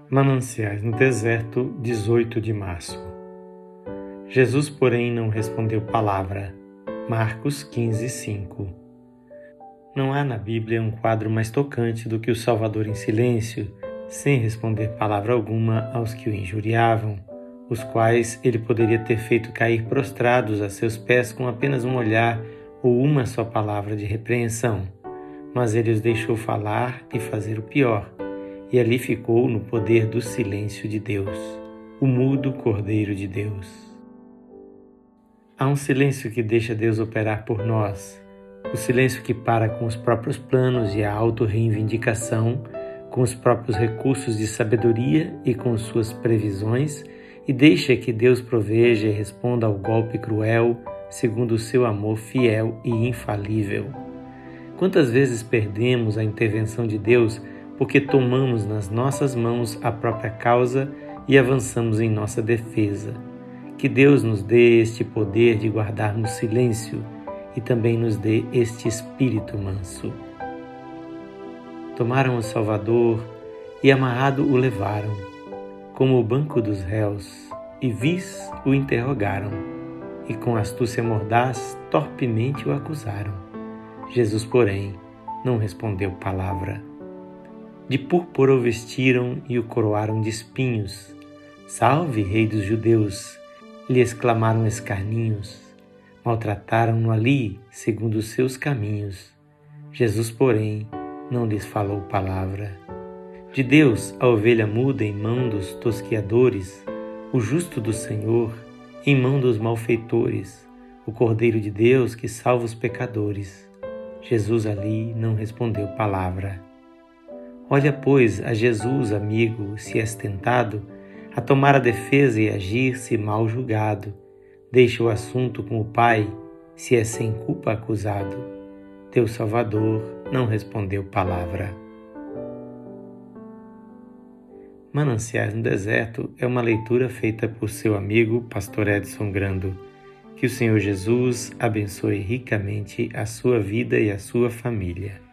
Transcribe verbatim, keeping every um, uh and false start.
Mananciais no deserto, dezoito de março. Jesus, porém, não respondeu palavra. Marcos quinze, cinco. Não há na Bíblia um quadro mais tocante do que o Salvador em silêncio, sem responder palavra alguma aos que o injuriavam, os quais ele poderia ter feito cair prostrados a seus pés com apenas um olhar ou uma só palavra de repreensão. Mas ele os deixou falar e fazer o pior, e ali ficou no poder do silêncio de Deus, o mudo Cordeiro de Deus. Há um silêncio que deixa Deus operar por nós, o silêncio que para com os próprios planos e a auto-reivindicação, com os próprios recursos de sabedoria e com suas previsões, e deixa que Deus proveja e responda ao golpe cruel, segundo o seu amor fiel e infalível. Quantas vezes perdemos a intervenção de Deus porque tomamos nas nossas mãos a própria causa e avançamos em nossa defesa? Que Deus nos dê este poder de guardarmos silêncio e também nos dê este espírito manso. Tomaram o Salvador e amarrado o levaram, como o banco dos réus, e vis o interrogaram, e com astúcia mordaz torpemente o acusaram. Jesus, porém, não respondeu palavra. De púrpura o vestiram e o coroaram de espinhos. Salve, Rei dos Judeus! Lhe exclamaram escarninhos. Maltrataram-no ali, segundo os seus caminhos. Jesus, porém, não lhes falou palavra. De Deus, a ovelha muda em mão dos tosquiadores, o justo do Senhor em mão dos malfeitores, o Cordeiro de Deus que salva os pecadores. Jesus ali não respondeu palavra. Olha, pois, a Jesus, amigo, se és tentado a tomar a defesa e agir-se mal julgado. Deixa o assunto com o Pai, se é sem culpa acusado. Teu Salvador não respondeu palavra. Mananciais no Deserto é uma leitura feita por seu amigo, pastor Edson Grando. Que o Senhor Jesus abençoe ricamente a sua vida e a sua família.